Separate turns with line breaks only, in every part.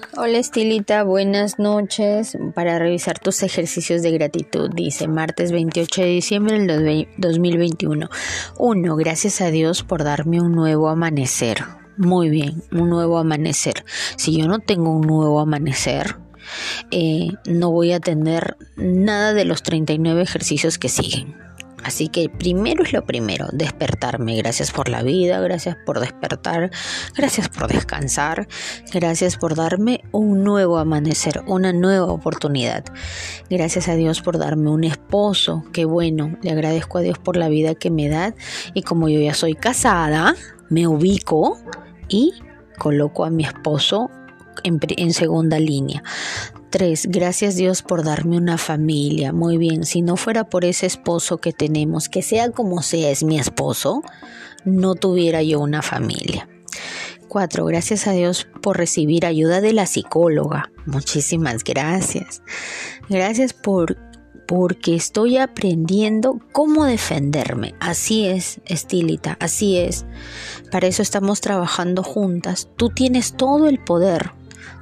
Hola Estilita, buenas noches. Para revisar tus ejercicios de gratitud, dice martes 28 de diciembre del 2021. 1. Gracias a Dios por darme un nuevo amanecer. Muy bien, un nuevo amanecer. Si yo no tengo un nuevo amanecer, no voy a tener nada de los 39 ejercicios que siguen. Así que primero es lo primero, despertarme. Gracias por la vida, gracias por despertar, gracias por descansar, gracias por darme un nuevo amanecer, una nueva oportunidad. Gracias a Dios por darme un esposo, qué bueno, le agradezco a Dios por la vida que me da. Y como yo ya soy casada, me ubico y coloco a mi esposo en segunda línea. 3. Gracias Dios por darme una familia. Muy bien, si no fuera por ese esposo que tenemos, que sea como sea, es mi esposo, no tuviera yo una familia. 4. Gracias a Dios por recibir ayuda de la psicóloga. Muchísimas gracias. Gracias porque estoy aprendiendo cómo defenderme. Así es, Estilita, así es. Para eso estamos trabajando juntas. Tú tienes todo el poder.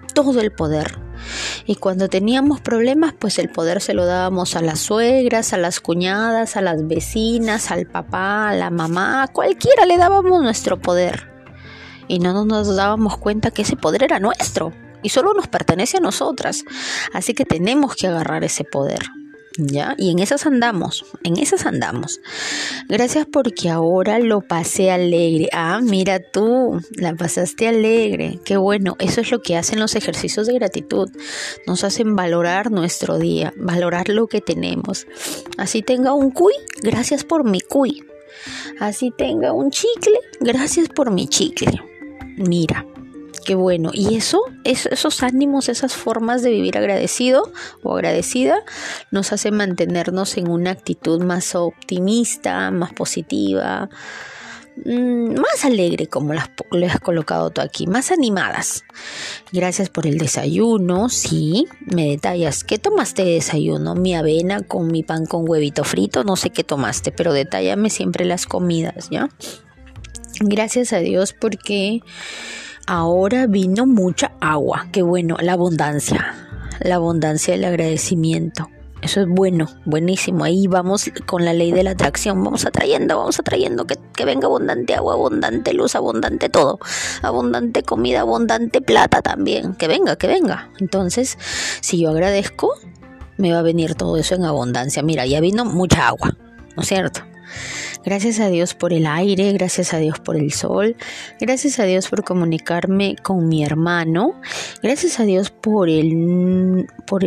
Y cuando teníamos problemas, pues el poder se lo dábamos a las suegras, a las cuñadas, a las vecinas, al papá, a la mamá, a cualquiera le dábamos nuestro poder. Y no nos dábamos cuenta que ese poder era nuestro y solo nos pertenece a nosotras. Así que tenemos que agarrar ese poder. ¿Ya? Y en esas andamos. Gracias porque ahora lo pasé alegre. Ah, mira tú, la pasaste alegre. Qué bueno, eso es lo que hacen los ejercicios de gratitud. Nos hacen valorar nuestro día, valorar lo que tenemos. Así tenga un cuy, gracias por mi cuy. Así tenga un chicle, gracias por mi chicle. Mira. Qué bueno, y esos ánimos, esas formas de vivir agradecido o agradecida nos hace mantenernos en una actitud más optimista, más positiva, más alegre, como lo has colocado tú aquí, más animadas. Gracias por el desayuno. Sí, me detallas, ¿qué tomaste de desayuno? Mi avena con mi pan con huevito frito, no sé qué tomaste, pero detállame siempre las comidas, ¿ya? Gracias a Dios porque ahora vino mucha agua. Qué bueno, la abundancia del agradecimiento. Eso es bueno, buenísimo. Ahí vamos con la ley de la atracción. Vamos atrayendo que venga abundante agua, abundante luz, abundante todo. Abundante comida, abundante plata también. Que venga. Entonces, si yo agradezco, me va a venir todo eso en abundancia. Mira, ya vino mucha agua, ¿no es cierto? Gracias a Dios por el aire, gracias a Dios por el sol, gracias a Dios por comunicarme con mi hermano, gracias a Dios por el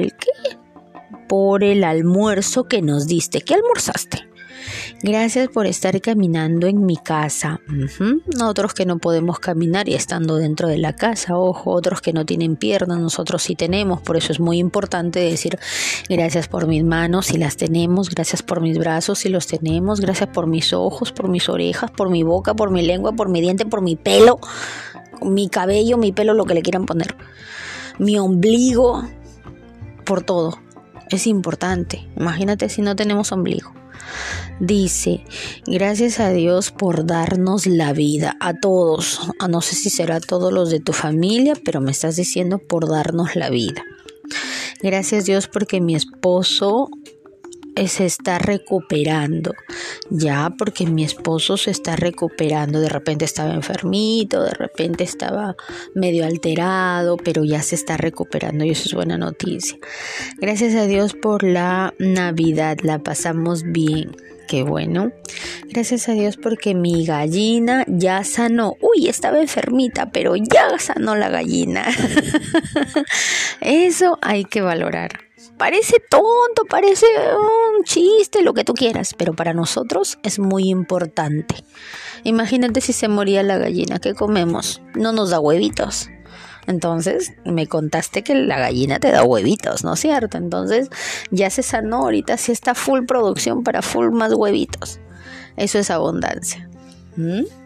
almuerzo que nos diste. ¿Qué almorzaste? Gracias por estar caminando en mi casa. Nosotros que no podemos caminar y estando dentro de la casa, ojo, otros que no tienen piernas, nosotros sí tenemos, por eso es muy importante decir gracias por mis manos si las tenemos, gracias por mis brazos si los tenemos, gracias por mis ojos, por mis orejas, por mi boca, por mi lengua, por mi diente, por mi pelo, mi cabello, mi pelo, lo que le quieran poner, mi ombligo, por todo. Es importante. Imagínate si no tenemos ombligo. Dice, gracias a Dios por darnos la vida a todos. No sé si será a todos los de tu familia, pero me estás diciendo por darnos la vida. Gracias Dios porque mi esposo se está recuperando. Ya, porque mi esposo se está recuperando. De repente estaba enfermito, de repente estaba medio alterado, pero ya se está recuperando y eso es buena noticia. Gracias a Dios por la Navidad, la pasamos bien. Qué bueno. Gracias a Dios porque mi gallina ya sanó. Uy, estaba enfermita, pero ya sanó la gallina. Eso hay que valorar. Parece tonto, parece un chiste, lo que tú quieras, pero para nosotros es muy importante. Imagínate si se moría la gallina, ¿qué comemos? No nos da huevitos. Entonces, me contaste que la gallina te da huevitos, ¿no es cierto? Entonces, ya se sanó, ahorita sí está full producción para full más huevitos. Eso es abundancia.